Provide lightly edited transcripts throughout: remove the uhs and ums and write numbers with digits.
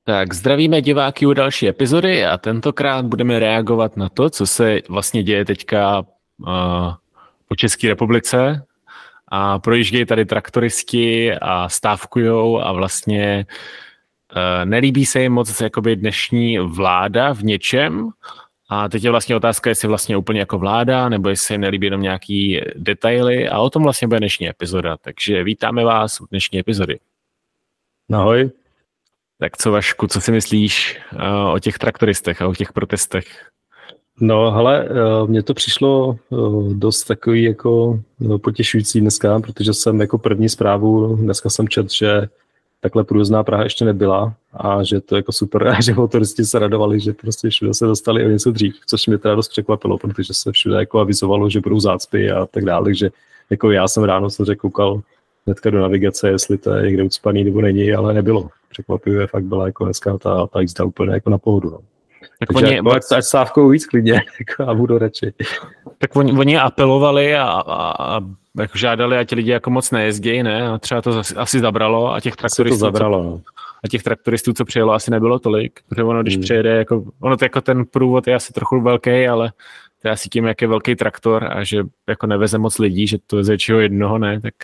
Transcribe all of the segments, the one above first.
Tak zdravíme diváky u další epizody a tentokrát budeme reagovat na to, co se vlastně děje teďka po České republice a projíždějí tady traktoristi a stávkujou a vlastně nelíbí se jim moc jakoby dnešní vláda v něčem a teď je vlastně otázka, jestli vlastně úplně jako vláda nebo jestli jim nelíbí jenom nějaký detaily a o tom vlastně bude dnešní epizoda, takže vítáme vás u dnešní epizody. Ahoj. Tak co, Vašku, co si myslíš o těch traktoristech a o těch protestech? No, hele, mně to přišlo dost takový jako potěšující dneska, protože jsem jako první zprávu, dneska jsem četl, že takhle průjezdná Praha ještě nebyla a že to jako super a že motoristi se radovali, že prostě všude se dostali o něco dřív, což mě teda dost překvapilo, protože se všude jako avizovalo, že budou zácpy a tak dále, takže jako já jsem ráno samozřejmě koukal hnedka do navigace, jestli to je někde ucpaný nebo není, ale nebylo. Překvapivě fakt byla jako dneska ta jízda úplně jako na pohodu. No. Tak takže jako, ať stávkou víc klidně jako, a budu radši. Tak oni apelovali a jako žádali, ať lidi jako moc nejezdí, ne? A třeba to asi zabralo a těch traktoristů, co přijelo, asi nebylo tolik, protože ono, když přijede, jako, ono to jako ten průvod je asi trochu velký, ale to je asi tím, jak je velký traktor a že jako neveze moc lidí, že to veze čeho jednoho, ne? Tak...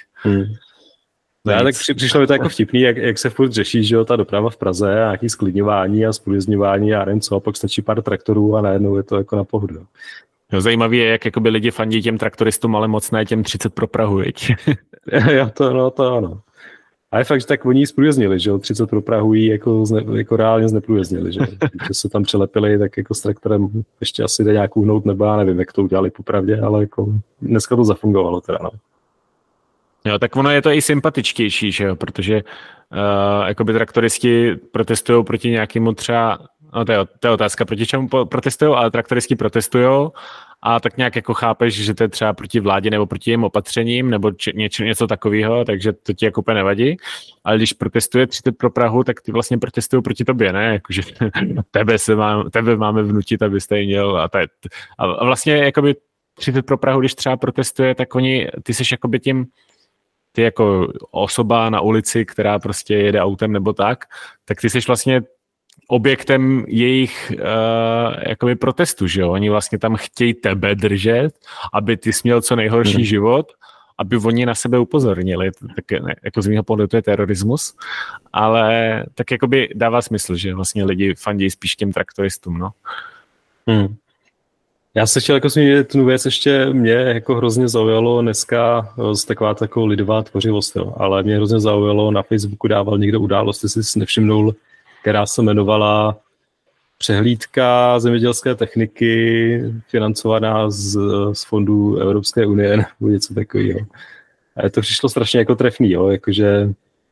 Tak přišlo mi to jako vtipný, jak se furt řeší, že jo, ta doprava v Praze a nějaký sklidňování a spoluzňování a nevím co, a pak stačí pár traktorů a najednou je to jako na pohodu. No, zajímavý je, jak jakoby lidi fandí těm traktoristům, ale moc ne těm 30 pro Prahu, viď? Jo, to ano. A je fakt, že tak oni zprůjezdnili, že jo, 30 pro Prahu jako reálně zneprůjezdnili, že jo. Když se tam přelepili, tak jako s traktorem ještě asi jde nějak uhnout, nebo já nevím, jak to udělali popravdě, ale jako dneska to zafungovalo teda, no. Jo, tak ono je to i sympatičtější, že jo, protože jakoby traktoristi protestují proti nějakému třeba, no to je otázka, proti čemu protestují, ale traktoristi protestují a tak nějak jako chápeš, že to je třeba proti vládě nebo proti jejím opatřením nebo něco takového, takže to ti jako úplně nevadí, ale když protestuje 30 pro Prahu, tak ty vlastně protestují proti tobě, ne, jakože tebe máme vnutit, abyste ji měl a vlastně jakoby 30 pro Prahu, když třeba protestuje, tak ty jsi jakoby tím ty jako osoba na ulici, která prostě jede autem nebo tak ty jsi vlastně objektem jejich jakoby protestu, že jo? Oni vlastně tam chtějí tebe držet, aby ty jsi měl co nejhorší život, aby oni na sebe upozornili. Tak jako z mýho pohledu to je terorismus, ale tak jakoby dává smysl, že vlastně lidi fandí spíš těm traktoristům, no. Já se chtěl jako zmínit tu věc, ještě mě jako hrozně zaujalo dneska taková lidová tvořivost, jo. Ale mě hrozně zaujalo, na Facebooku dával někdo událost, jestli jsi nevšimnul, která se jmenovala Přehlídka zemědělské techniky financovaná z fondů Evropské unie nebo něco takového. A to přišlo strašně jako trefný, jo, jakože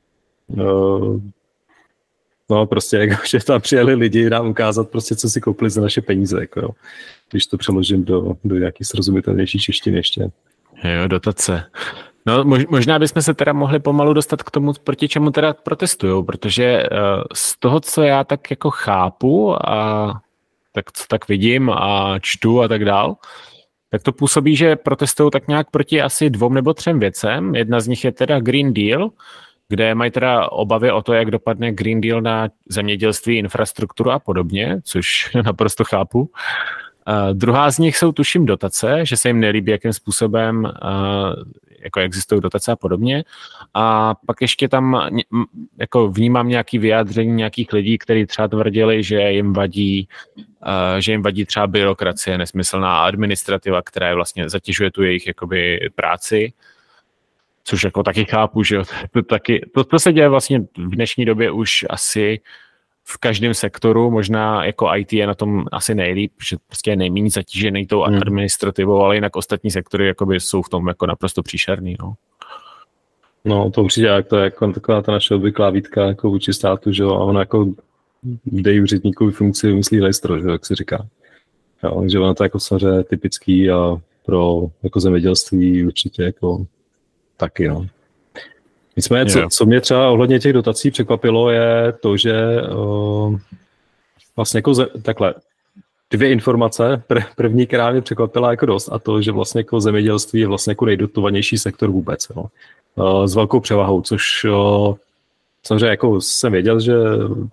no prostě, jako, že tam přijeli lidi nám ukázat prostě, co si koupili za naše peníze, jako jo. Když to přeložím do nějaký srozumitelnější češtiny ještě. Jo, dotace. No možná bychom se teda mohli pomalu dostat k tomu, proti čemu teda protestujou, protože z toho, co já tak jako chápu a co tak vidím a čtu a tak dál, tak to působí, že protestují tak nějak proti asi 2 nebo 3 věcem. Jedna z nich je teda Green Deal, kde mají teda obavy o to, jak dopadne Green Deal na zemědělství, infrastrukturu a podobně, což naprosto chápu. Druhá z nich jsou tuším dotace, že se jim nelíbí, jakým způsobem jako existují dotace a podobně. A pak ještě tam jako vnímám nějaké vyjádření nějakých lidí, kteří třeba tvrdili, že jim vadí třeba byrokracie, nesmyslná administrativa, která je vlastně zatěžuje tu jejich jakoby práci. Což jako taky chápu, že to se děje vlastně v dnešní době už asi v každém sektoru, možná jako IT je na tom asi nejlíp, že prostě je nejméně zatížený tou administrativou, ale jinak ostatní sektory jakoby jsou v tom jako naprosto příšerný, no. No to určitě, jak to je jako taková ta naše obvyklá výtka jako vůči státu, že jo, a ono jako dej úředníkovi funkci vymyslí lejstro, že jo, jak se říká. Jo, takže ono to jako samozřejmě typický a pro jako zemědělství určitě jako taky, no. Nicméně, co mě třeba ohledně těch dotací překvapilo, je to, že vlastně jako takhle 2 informace. První, která mě překvapila jako dost, a to, že vlastně jako zemědělství je vlastně jako nejdotovanější sektor vůbec. Jo. S velkou převahou, což samozřejmě jako jsem věděl, že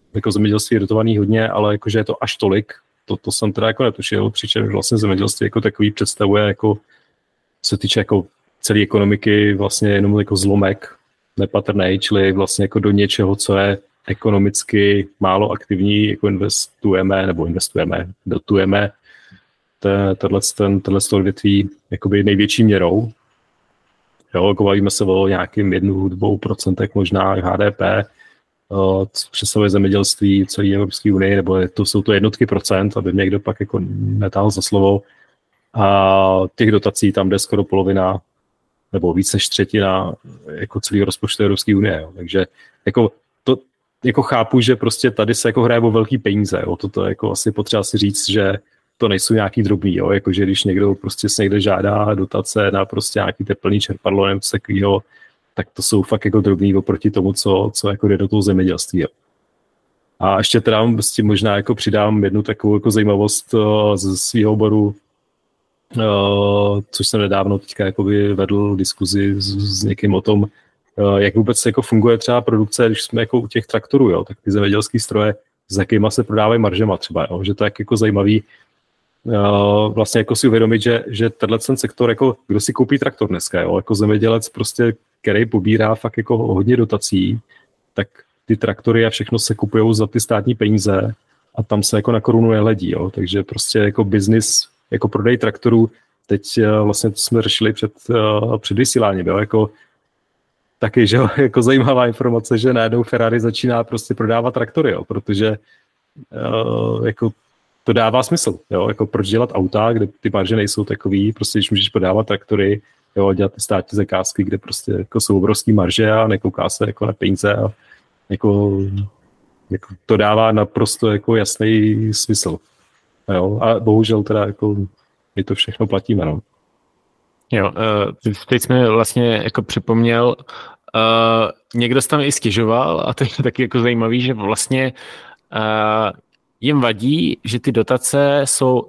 jako zemědělství je dotovaný hodně, ale jakože je to až tolik, to jsem teda jako netušil, přičemž vlastně zemědělství jako takový představuje jako, co se týče jako celé ekonomiky, vlastně jenom jako zlomek nepatrný, čili vlastně jako do něčeho, co je ekonomicky málo aktivní, jako dotujeme tenhle odvětví jakoby největší měrou. Jo, jako bavíme se o nějakým 1-2% možná HDP, co představuje zemědělství v celé Evropské unii, nebo jsou to jednotky procent, aby mě někdo pak jako netáhl za slovo. A těch dotací tam jde skoro polovina, nebo víc než třetina jako celého rozpočtu Evropské unie. Jo. Takže jako to jako chápu, že prostě tady se jako hraje o velký peníze. Jo. Toto jako asi potřeba si říct, že to nejsou nějaký drobný, jo. Jakože když někdo prostě se někde žádá dotace na prostě nějaký teplný čerpadlo nebo takovýho, tak to jsou fakt jako drobný oproti tomu, co jako jde do toho zemědělství. Jo. A ještě teda s tím možná jako přidám jednu takovou jako zajímavost ze svého oboru, což jsem nedávno teďka jakoby vedl diskuzi s někým o tom, jak vůbec jako funguje třeba produkce, když jsme jako u těch traktorů, jo, tak ty zemědělský stroje, s jakýma se prodávají maržema třeba, jo, že to je jako zajímavý vlastně jako si uvědomit, že tenhle sektor, jako kdo si koupí traktor dneska, jo, jako zemědělec prostě, který pobírá fakt jako hodně dotací, tak ty traktory a všechno se kupujou za ty státní peníze a tam se jako na korunu nehledí, jo, takže prostě jako biznis, jako prodej traktorů, teď vlastně to jsme řešili před vysíláním, jo, jako taky, že jako zajímavá informace, že najednou Ferrari začíná prostě prodávat traktory, jo, protože jako to dává smysl, jo, jako proč dělat auta, kde ty marže nejsou takový, prostě když můžeš prodávat traktory, jo, dělat ty státní zakázky, kde prostě jako jsou obrovský marže a nekouká se jako na peníze a jako to dává naprosto jako jasný smysl. Jo, a bohužel teda jako my to všechno platíme, no. Jo, teď jsme vlastně jako připomněl, někdo se tam i stěžoval a to je taky jako zajímavý, že vlastně jim vadí, že ty dotace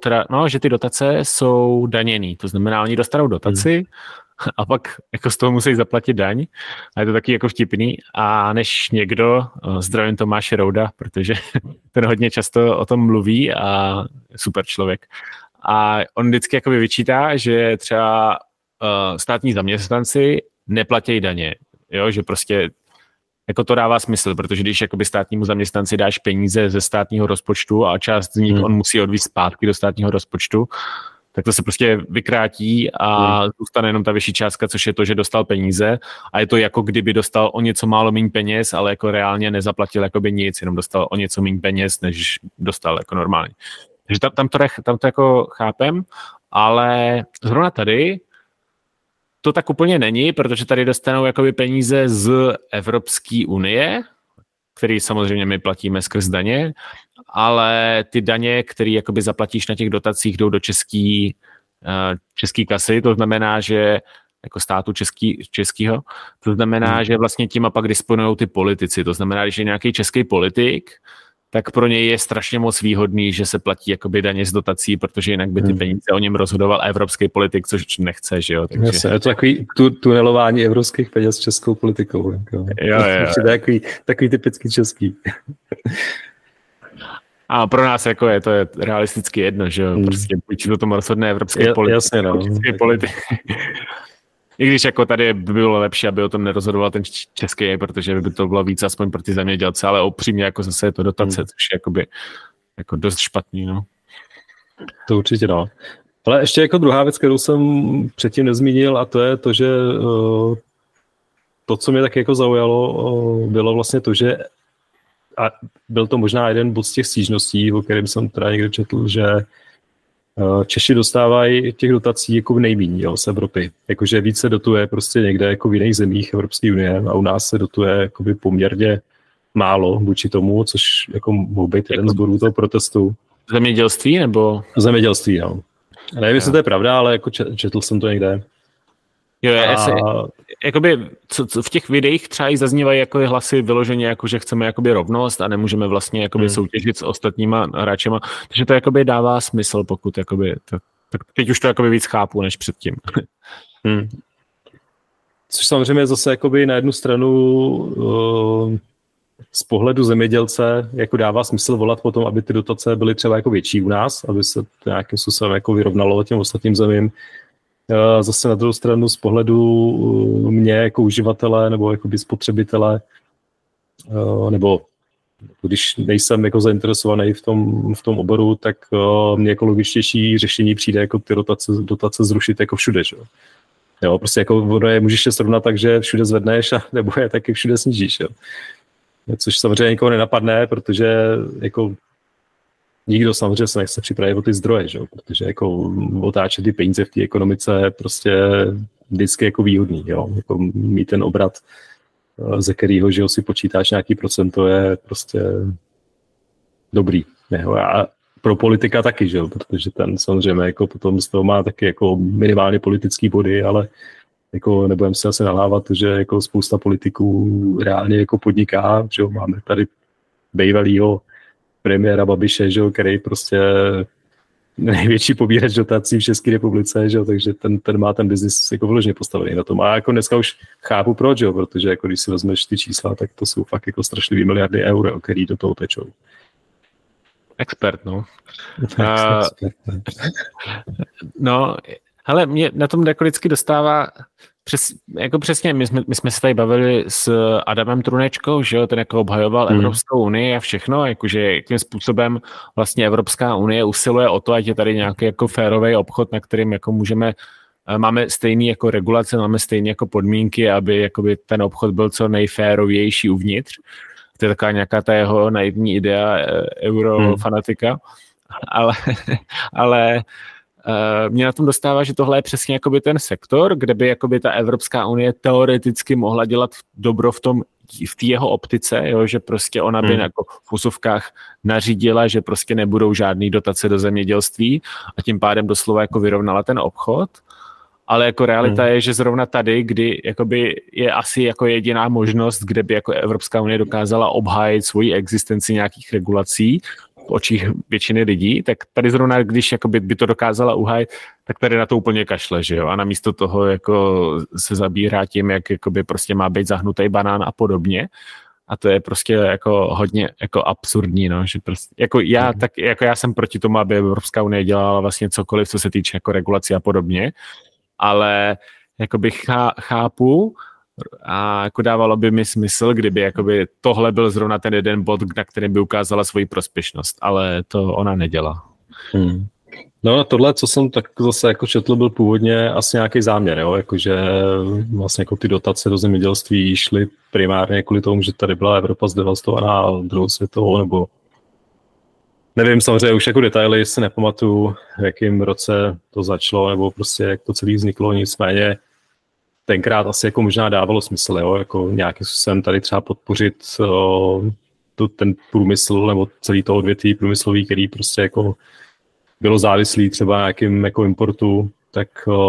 jsou daněný. To znamená, oni dostanou dotaci a pak jako z toho musí zaplatit daň. A je to taky jako vtipný. A než někdo, zdravím Tomáše Rouda, protože ten hodně často o tom mluví a super člověk. A on vždycky jakoby vyčítá, že třeba státní zaměstnanci neplatí daně. Jo, že prostě jako to dává smysl, protože když jakoby státnímu zaměstnanci dáš peníze ze státního rozpočtu a část z nich on musí odvízt zpátky do státního rozpočtu, tak to se prostě vykrátí a zůstane jenom ta vyšší částka, což je to, že dostal peníze a je to jako kdyby dostal o něco málo méně peněz, ale jako reálně nezaplatil jakoby nic, jenom dostal o něco méně peněz, než dostal jako normálně. Takže tam to jako chápem, ale zrovna tady to tak úplně není, protože tady dostanou jakoby peníze z Evropské unie, který samozřejmě my platíme skrz daně, ale ty daně, které jakoby zaplatíš na těch dotacích, jdou do české kasy, to znamená, že jako státu českého, to znamená, že vlastně tím a pak disponují ty politici, to znamená, když je nějaký český politik, tak pro něj je strašně moc výhodný, že se platí jakoby daně z dotací, protože jinak by ty peníze o něm rozhodoval evropský politik, což nechce, že jo. Takže... Jasně, je to takový tunelování evropských peněz s českou politikou. Jako. Jo. Takový typický český. A pro nás jako to je realisticky jedno, že jo, prostě buď to tomu rozhodne evropský politik. I když jako tady by bylo lepší, aby o tom nerozhodoval ten český, protože by to bylo víc aspoň pro ty zemědělce, ale upřímně jako zase je to dotace, což je jakoby, jako dost špatný, no. To určitě no. Ale ještě jako druhá věc, kterou jsem předtím nezmínil, a to je to, že to, co mě tak jako zaujalo, bylo vlastně to, že a byl to možná jeden bod z těch stížností, o kterém jsem teda někde četl, že Češi dostávají těch dotací jako nejméně, jo, z Evropy. Jakože více dotuje prostě někde jako v jiných zemích Evropské unie a u nás se dotuje jakoby poměrně málo vůči tomu, což jako mohl být jeden z bodů toho protestu. Zemědělství nebo? Zemědělství, no. Nevím, jestli to je pravda, ale jako četl jsem to někde. Jo, jakoby, co v těch videích třeba i zaznívají jako hlasy vyloženě, jako, že chceme jakoby rovnost a nemůžeme vlastně jakoby soutěžit s ostatníma hráčema, takže to jakoby dává smysl, pokud jakoby, tak teď už to jakoby víc chápu, než předtím. Což samozřejmě zase jakoby na jednu stranu z pohledu zemědělce jako dává smysl volat potom, aby ty dotace byly třeba jako větší u nás, aby se to nějakým způsobem jako vyrovnalo těm ostatním zemím. Zase na druhou stranu z pohledu mě jako uživatele nebo jako spotřebitele, nebo když nejsem jako zainteresovaný v tom oboru, tak mě jako logičtější řešení přijde jako ty dotace zrušit jako všude. Že? Jo, prostě jako můžeš je srovnat tak, že všude zvedneš a nebo je taky všude snížíš. Jo? Což samozřejmě nikoho nenapadne, protože jako nikdo samozřejmě se nechce připravit o ty zdroje, že? Protože jako otáčet ty peníze v té ekonomice je prostě vždycky jako výhodný. Jo? Jako mít ten obrat, ze kterého že si počítáš nějaký procento, je prostě dobrý. Jo? A pro politika taky, že? Protože ten samozřejmě jako potom z toho má taky jako minimálně politický body, ale jako nebudeme se asi nalávat, že jako spousta politiků reálně jako podniká, že máme tady bývalýho premiéra Babiše, že, který prostě největší pobírač dotací v České republice, že, takže ten má ten biznis jako vložně postavený na tom. A jako dneska už chápu proč, že, protože jako když si vezmeš ty čísla, tak to jsou fakt jako strašlivý miliardy eur, který do toho tečou. Expert, no. No, ale mě na tom jako vždycky dostává přesně, my jsme se tady bavili s Adamem Trunečkou, že jo, ten jako obhajoval Evropskou unii a všechno, jakože jakým způsobem vlastně Evropská unie usiluje o to, ať je tady nějaký jako férový obchod, na kterým jako máme stejný jako regulace, máme stejné jako podmínky, aby jakoby ten obchod byl co nejférovější uvnitř. To je taková nějaká ta jeho naivní idea eurofanatika, ale mě na tom dostává, že tohle je přesně jakoby ten sektor, kde by jakoby ta Evropská unie teoreticky mohla dělat dobro v té jeho optice, jo, že prostě ona by jako v úsuvkách nařídila, že prostě nebudou žádný dotace do zemědělství a tím pádem doslova jako vyrovnala ten obchod. Ale jako realita je, že zrovna tady, kdy jakoby je asi jako jediná možnost, kde by jako Evropská unie dokázala obhájit svoji existenci nějakých regulací v očích většiny lidí, tak tady zrovna, když jakoby by to dokázala uhájit, tak tady na to úplně kašle, že jo? A namísto toho jako se zabírá tím, jak jakoby prostě má být zahnutý banán a podobně. A to je prostě jako hodně jako absurdní, no, že prostě jako já jsem proti tomu, aby Evropská unie dělala vlastně cokoliv, co se týče jako regulací a podobně. Ale jakoby chápu a jako dávalo by mi smysl, kdyby jakoby tohle byl zrovna ten jeden bod, na kterém by ukázala svoji prospěšnost, ale to ona nedělá. No tohle, co jsem tak zase jako četl, byl původně asi nějaký záměr, jo? Jakože vlastně jako ty dotace do zemědělství šly primárně kvůli tomu, že tady byla Evropa zdevastovaná druhou světovou, nebo nevím, samozřejmě už jako detaily si nepamatuju, v jakém roce to začalo, nebo prostě jak to celé vzniklo, nicméně tenkrát asi jako možná dávalo smysl, jo? Jako nějakým způsobem tady třeba podpořit ten průmysl, nebo celý to odvětví průmyslový, který prostě jako bylo závislý třeba na nějakým jako importu, tak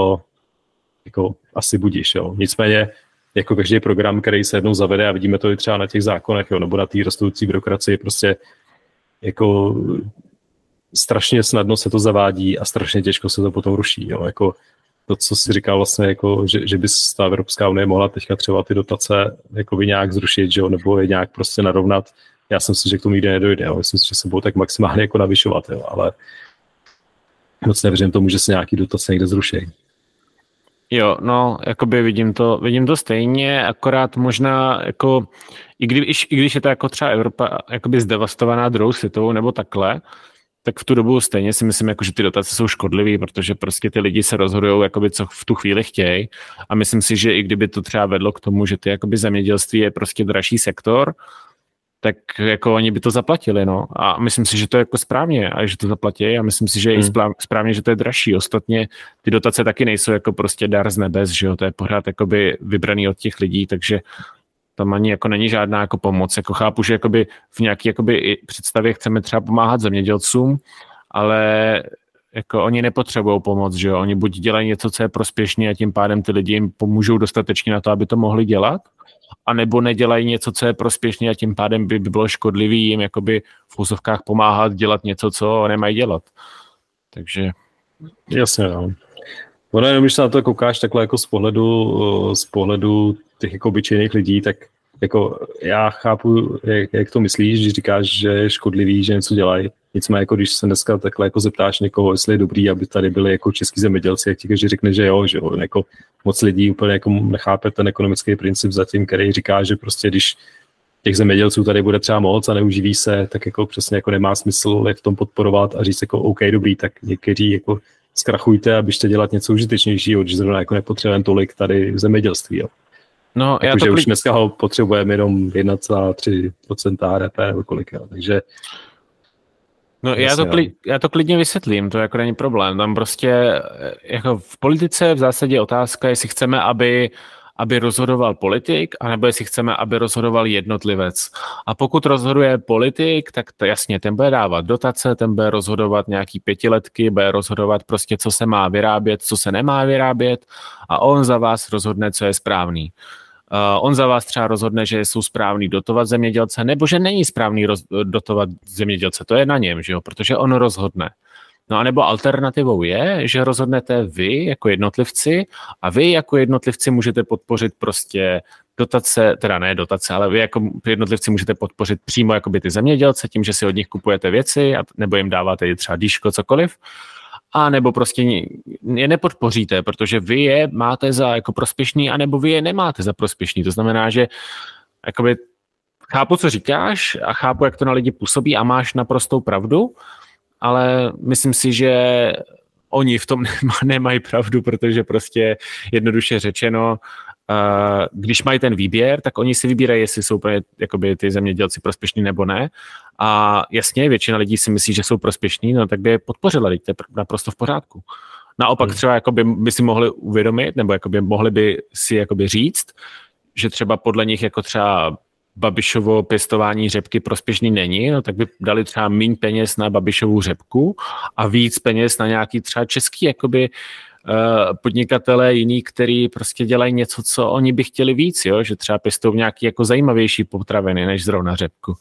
jako asi budíš, jo. Nicméně jako každý program, který se jednou zavede, a vidíme to i třeba na těch zákonech, jo, nebo na té rostoucí byrokracii, prostě jako strašně snadno se to zavádí a strašně těžko se to potom ruší. Jo. Jako to, co si říkal vlastně, jako, že by ta Evropská unie mohla teďka třeba ty dotace jakoby nějak zrušit, že jo, nebo je nějak prostě narovnat. Já jsem si, že k tomu nikdy nedojde. Jo. Myslím si, že se budou tak maximálně jako navyšovat, jo. Ale moc nevěřím tomu, že se nějaký dotace někde zruší. Jo, no, jakoby vidím to stejně, akorát možná jako, i když je to jako třeba Evropa jakoby zdevastovaná druhou světovou nebo takhle, tak v tu dobu stejně si myslím, jako, že ty dotace jsou škodlivý, protože prostě ty lidi se rozhodují, jakoby, co v tu chvíli chtějí, a myslím si, že i kdyby to třeba vedlo k tomu, že ty jakoby zemědělství je prostě dražší sektor, tak jako oni by to zaplatili, no. A myslím si, že to je jako správně, a že to zaplatí, a myslím si, že je i správně, že to je dražší. Ostatně ty dotace taky nejsou jako prostě dar z nebes, že jo, to je pořád jakoby vybraný od těch lidí, takže tam ani jako není žádná jako pomoc. Jako chápu, že jakoby v nějaký jakoby představě chceme třeba pomáhat zemědělcům, ale jako oni nepotřebují pomoc, že jo, oni buď dělají něco, co je prospěšné, a tím pádem ty lidi jim pomůžou dostatečně na to, aby to mohli dělat, a nebo nedělají něco, co je prospěšné, a tím pádem by bylo škodlivý jim jakoby v úzovkách pomáhat dělat něco, co nemají dělat. Takže... Jasně, no. Ono, když se na to koukáš takhle jako z pohledu těch jako obyčejných lidí, tak jako já chápu, jak to myslíš, když říkáš, že je škodlivý, že něco dělají. Nicméně, jako když se dneska takhle jako zeptáš někoho, jestli je dobrý, aby tady byli jako český zemědělci, jak ti každý řekne, že jo, jako moc lidí úplně jako nechápe ten ekonomický princip zatím, který říká, že prostě když těch zemědělců tady bude třeba moc a neuživí se, tak jako přesně jako nemá smysl je v tom podporovat a říct jako OK, dobrý, tak někteří jako zkrachujte a běžte dělat něco užitečnějšího, když zrovna jako nepotřebujeme tolik tady v zemědělství, jo. No, jako, že už dneska ho potřebujeme jenom 1,3% HDP nebo kolik, jo. Takže no, já to klidně vysvětlím, to jako není problém. Tam prostě jako v politice v zásadě je otázka, jestli chceme, aby rozhodoval politik, anebo jestli chceme, aby rozhodoval jednotlivec. A pokud rozhoduje politik, tak to jasně, ten bude dávat dotace, ten bude rozhodovat nějaký pětiletky, bude rozhodovat prostě, co se má vyrábět, co se nemá vyrábět a on za vás rozhodne, co je správný. On za vás třeba rozhodne, že jsou správný dotovat zemědělce, nebo že není správný dotovat zemědělce. To je na něm, že jo? Protože on rozhodne. No a nebo alternativou je, že rozhodnete vy jako jednotlivci a vy jako jednotlivci můžete podpořit prostě dotace, teda ne dotace, ale vy jako jednotlivci můžete podpořit přímo jakoby ty zemědělce tím, že si od nich kupujete věci nebo jim dáváte třeba dýško, cokoliv. A nebo prostě je nepodpoříte, protože vy je máte za jako prospěšný, anebo vy je nemáte za prospěšný. To znamená, že jakoby chápu, co říkáš a chápu, jak to na lidi působí a máš naprostou pravdu, ale myslím si, že oni v tom nemají pravdu, protože prostě jednoduše řečeno, když mají ten výběr, tak oni si vybírají, jestli jsou jakoby ty zemědělci prospěšní nebo ne. A jasně, většina lidí si myslí, že jsou prospěšní, no tak by je podpořila, to je naprosto v pořádku. Naopak třeba jakoby by si mohli uvědomit, nebo jakoby mohli by si jakoby říct, že třeba podle nich jako třeba Babišovo pěstování řepky prospěšný není, no tak by dali třeba míň peněz na Babišovu řepku a víc peněz na nějaký třeba český jakoby podnikatelé jiný, který prostě dělají něco, co oni by chtěli víc, jo? Že třeba pěstují nějaký jako zajímavější potraviny, než zrovna řepku.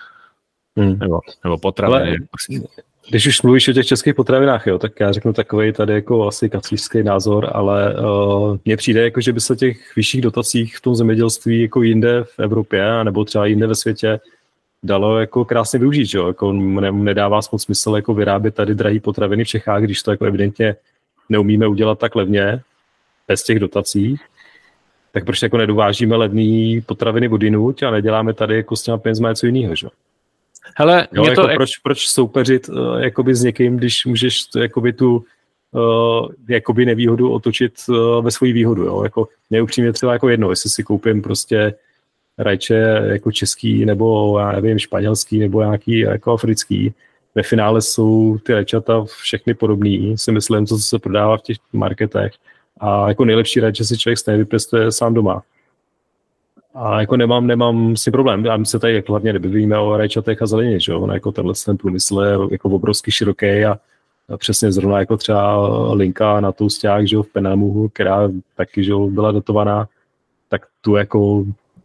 Nebo potraviny. Ale, když už mluvíš o těch českých potravinách, jo, tak já řeknu takovej tady jako asi kacířský názor, ale mně přijde, jako, že by se těch vyšších dotacích v tom zemědělství jako jinde v Evropě nebo třeba jinde ve světě dalo jako krásně využít, jo? Jako nedává moc smysl jako vyrábět tady drahý potraviny v Čechách, když to jako evidentně neumíme udělat tak levně, bez těch dotací, tak proč jako nedovážíme levný potraviny odjinuť a neděláme tady jako s těma penězma něco jiného, že? Hele, jo, jako proč soupeřit jakoby s někým, když můžeš jakoby tu jakoby nevýhodu otočit ve svoji výhodu, jo? Jako mě upřímně třeba jako jedno, jestli si koupím prostě rajče jako český, nebo já nevím, španělský, nebo nějaký jako africký. Ve finále jsou ty rajčata všechny podobný, si myslím, co se prodává v těch marketech. A jako nejlepší rajče si člověk stejně vypěstuje sám doma. A jako nemám si problém. A my se tady jako hlavně nebavíme o rajčatech a zelenině, že jo? Jako ten průmysl je jako obrovský široký a přesně zrovna jako třeba linka na tousták, že jo, v Penamu, která taky, že jo, byla dotovaná, tak tu jako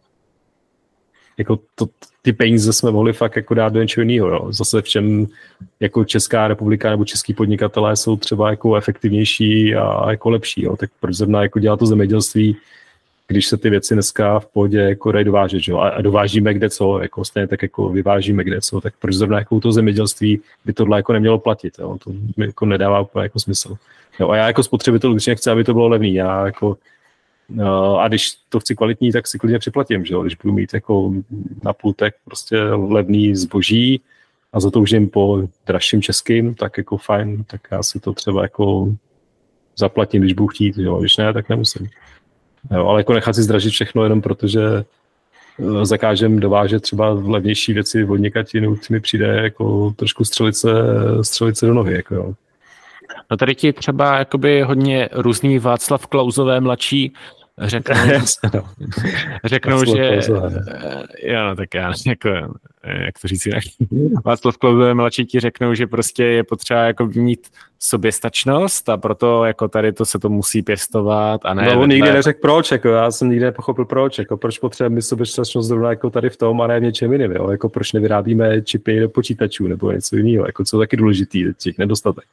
ty peníze jsme mohli fakt jako dát do něčeho jiného, jo. Zase v čem jako Česká republika nebo český podnikatelé jsou třeba jako efektivnější a jako lepší, jo. Tak proč zrovna jako dělat to zemědělství, když se ty věci dneska v pohodě jako dají dovážet, jo. A dovážíme kde co, jako stejně tak jako vyvážíme kde co, tak proč zrovna jako to zemědělství by tohle jako nemělo platit, jo. To mi jako nedává úplně jako smysl. Jo. A já jako spotřebitel určitě chci, aby to bylo levný. Já jako a když to chci kvalitní, tak si klidně připlatím, že jo? Když budu mít jako na pultek prostě levný zboží a za to už jen po dražším českým, tak jako fajn, tak já si to třeba jako zaplatím, když budu chtít, jo? Když ne, tak nemusím. Jo, ale jako nechat si zdražit všechno jenom protože zakážem dovážet třeba levnější věci od někatinu, mi přijde jako trošku střelit se do nohy, jako jo. No tady ti třeba jakoby hodně různý Václav Klausové mladší řeknou, že jo, no tak já jako, jak to říct jinak. Václav Klausové mladší ti řeknou, že prostě je potřeba jako mít soběstačnost a proto jako tady to se to musí pěstovat a ne. No on nikdy neřekl proč, jako já jsem nikdy nepochopil proč, jako proč potřebujeme mít soběstačnost zrovna jako tady v tom a ne v něčem jiném, jo, jako proč nevyrábíme čipy do počítačů nebo něco jiného, jako co taky důležitý, těch nedostatek.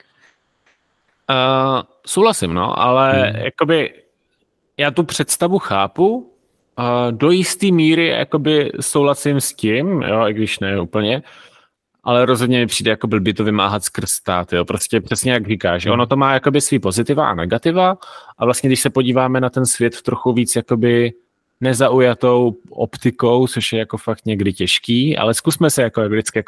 Souhlasím, no, ale jakoby já tu představu chápu, Do jisté míry jakoby souhlasím s tím, jo, i když ne úplně, ale rozhodně mi přijde jako blbý to vymáhat skrz stát, jo, prostě přesně jak říkáš, ono to má jakoby svý pozitiva a negativa a vlastně když se podíváme na ten svět v trochu víc jakoby nezaujatou optikou, což je jako fakt někdy těžký, ale zkusme se jako vždycky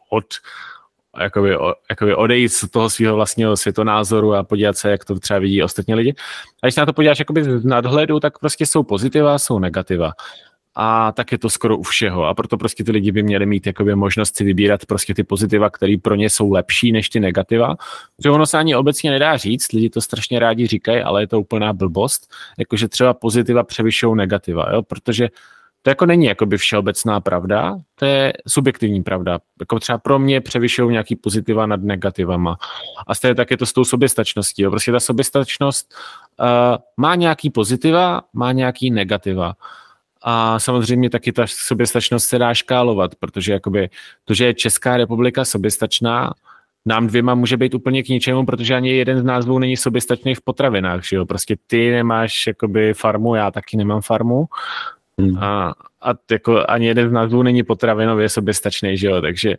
jakoby odejít z toho svého vlastního světonázoru a podívat se, jak to třeba vidí ostatní lidi. A když se na to podíváš jakoby z nadhledu, tak prostě jsou pozitiva, jsou negativa. A tak je to skoro u všeho. A proto prostě ty lidi by měli mít jakoby možnost si vybírat prostě ty pozitiva, které pro ně jsou lepší než ty negativa. Protože ono se ani obecně nedá říct, lidi to strašně rádi říkají, ale je to úplná blbost. Jakože třeba pozitiva převyšují negativa, jo? Protože to jako není jakoby všeobecná pravda, to je subjektivní pravda. Jako třeba pro mě převyšují nějaký pozitiva nad negativama. A stejně tak je to s tou soběstačností. Jo? Prostě ta soběstačnost má nějaký pozitiva, má nějaký negativa. A samozřejmě taky ta soběstačnost se dá škálovat, protože jakoby to, že je Česká republika soběstačná, nám dvěma může být úplně k ničemu, protože ani jeden z nás dvou není soběstačný v potravinách, že jo? Prostě ty nemáš jakoby farmu, já taky nemám farmu. A jako ani jeden z nás dvou není potravinově soběstačný, že jo? Takže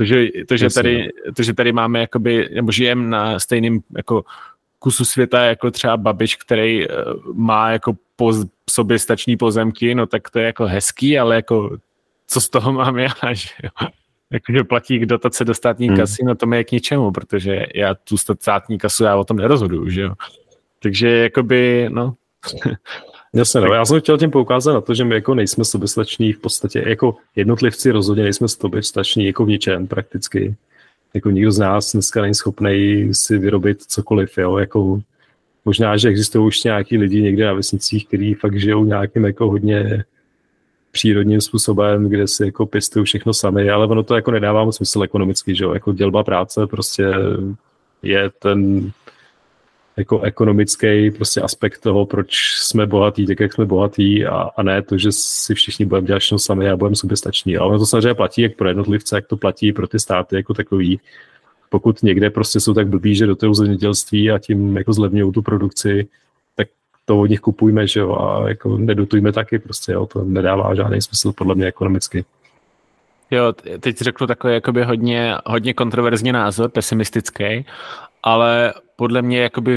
to, že tady máme jakoby, nebo žijeme na stejném jako kusu světa jako třeba Babiš, který má jako soběstačný pozemky, no tak to je jako hezký, ale jako co z toho mám já, že jo? Jakože platí dotace do státní kasy, no to mi je k ničemu, protože já tu státní kasu, já o tom nerozhoduju, že jo. Takže jakoby, no. Jasně, no, já jsem chtěl tím poukázat na to, že my jako nejsme soběstační v podstatě, jako jednotlivci rozhodně nejsme soběstační jako v ničem prakticky. Jako nikdo z nás dneska není schopný si vyrobit cokoliv, jo, jako možná, že existují už nějaký lidi někde na vesnicích, kteří fakt žijou nějakým jako hodně přírodním způsobem, kde si jako pěstují všechno sami, ale ono to jako nedává moc smysl ekonomicky, že jo, jako dělba práce prostě je ten jako ekonomický prostě aspekt toho, proč jsme bohatí, tak jak jsme bohatí a ne to, že si všichni budeme dělat všechno sami a budeme soběstační. Ale ono to samozřejmě platí jak pro jednotlivce, jak to platí pro ty státy jako takový. Pokud někde prostě jsou tak blbí, že dotahují zemědělství a tím jako zlevňují tu produkci, tak to od nich kupujme, že jo, a jako nedotujme taky prostě, jo, to nedává žádný smysl podle mě ekonomicky. Jo, teď řeknu takový jakoby hodně kontroverzní názor, pesimistický, ale podle mě jakoby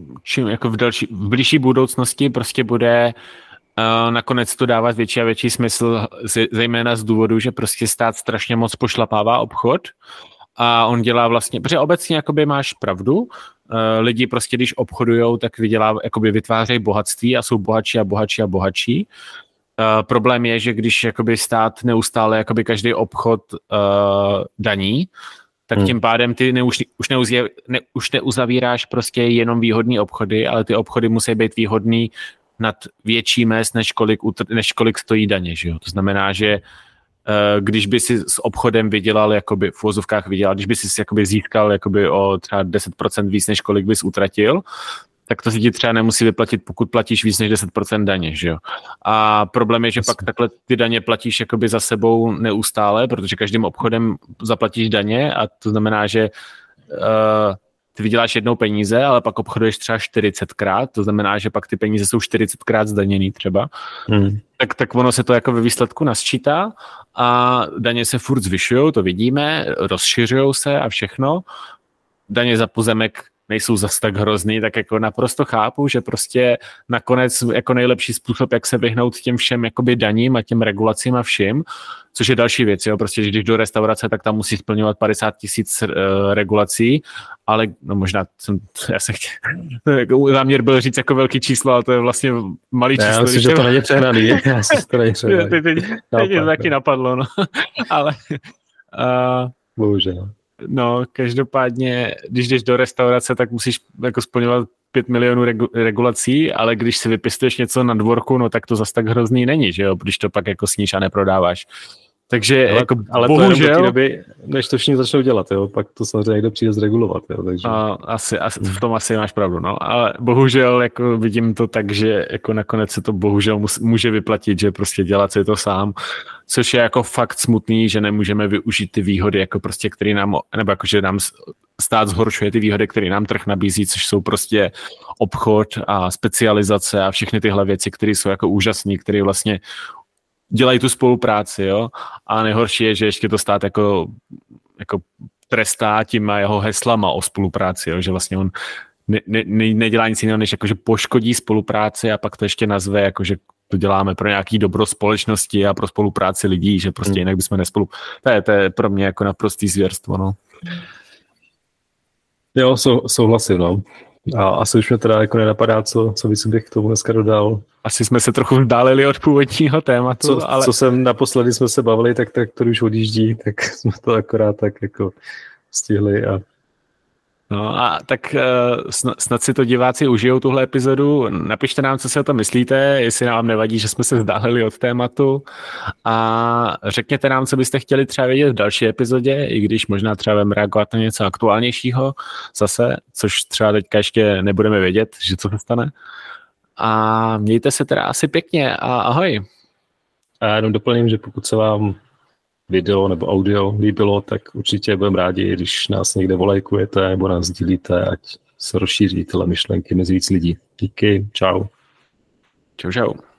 v blížší budoucnosti prostě bude nakonec to dávat větší a větší smysl, zejména z důvodu, že prostě stát strašně moc pošlapává obchod a on dělá vlastně, protože obecně jakoby máš pravdu, lidi prostě když obchodujou, tak vytvářejí bohatství a jsou bohatší a bohatší a bohatší. Problém je, že když jakoby stát neustále jakoby každý obchod daní, tak tím pádem ty už neuzavíráš prostě jenom výhodný obchody, ale ty obchody musí být výhodný nad větší mez, než kolik stojí daně. Že jo? To znamená, že když by si s obchodem vydělal, jakoby v uvozovkách vydělal, když by si jakoby získal jakoby o třeba 10% víc, než kolik bys utratil, tak to si ti třeba nemusí vyplatit, pokud platíš víc než 10% daně, že jo. A problém je, že pak takhle ty daně platíš jakoby za sebou neustále, protože každým obchodem zaplatíš daně a to znamená, že ty vyděláš jednou peníze, ale pak obchoduješ třeba 40krát, to znamená, že pak ty peníze jsou 40krát zdaněný třeba. Tak ono se to jako ve výsledku nasčítá a daně se furt zvyšujou, to vidíme, rozšiřujou se a všechno. Daně za pozemek nejsou zas tak hrozný, tak jako naprosto chápu, že prostě nakonec jako nejlepší způsob, jak se vyhnout těm všem jakoby daním a těm regulacím a všim, což je další věc, jo, prostě když do restaurace, tak tam musí splňovat 50 000 regulací, ale no možná záměr byl říct jako velký číslo, ale to je vlastně malý číslo. Já myslím, že to není přehnaný. Teď to taky napadlo, no. Ale bohužel. No, každopádně, když jdeš do restaurace, tak musíš jako splňovat 5 milionů regulací, ale když si vypěstuješ něco na dvorku, no tak to zas tak hrozný není, že jo, když to pak jako sníš a neprodáváš. Takže jako ale bohužel... to je do té doby, než to všichni začnou dělat, jo, pak to samozřejmě někdo přijde zregulovat. Jo, takže... Asi v tom asi máš pravdu, no, ale bohužel jako vidím to tak, že jako nakonec se to bohužel může vyplatit, že prostě dělat si to sám, což je jako fakt smutný, že nemůžeme využít ty výhody, jako prostě, který nám, nebo jako, že nám stát zhoršuje ty výhody, které nám trh nabízí, což jsou prostě obchod a specializace a všechny tyhle věci, které jsou jako úžasné, které vlastně dělají tu spolupráci, jo, a nejhorší je, že ještě to stát jako trestá těma jeho heslama o spolupráci, jo, že vlastně on nedělá nic jiného, než jako, že poškodí spolupráci a pak to ještě nazve, jako, že to děláme pro nějaký dobro společnosti a pro spolupráci lidí, že prostě jinak bychom to je pro mě jako naprostý zvěrstvo, no. Jo, souhlasím, no. A asi už mě teda jako nenapadá, co bych k tomu dneska dodal. Asi jsme se trochu vzdálili od původního tématu, ale... Co jsem naposledy jsme se bavili, tak to už odjíždí, tak jsme to akorát tak jako stihli a... No a tak snad si to diváci užijou tuhle epizodu. Napište nám, co si o tom myslíte, jestli nám nevadí, že jsme se vzdálili od tématu a řekněte nám, co byste chtěli třeba vědět v další epizodě, i když možná třeba budeme reagovat na něco aktuálnějšího zase, což třeba teďka ještě nebudeme vědět, že co se stane. A mějte se teda asi pěkně a ahoj. A jenom doplním, že pokud se vám video nebo audio líbilo, tak určitě budeme rádi, když nás někde volajkujete nebo nás sdílíte, ať se rozšíří tyhle myšlenky mezi víc lidí. Díky, čau. Čau.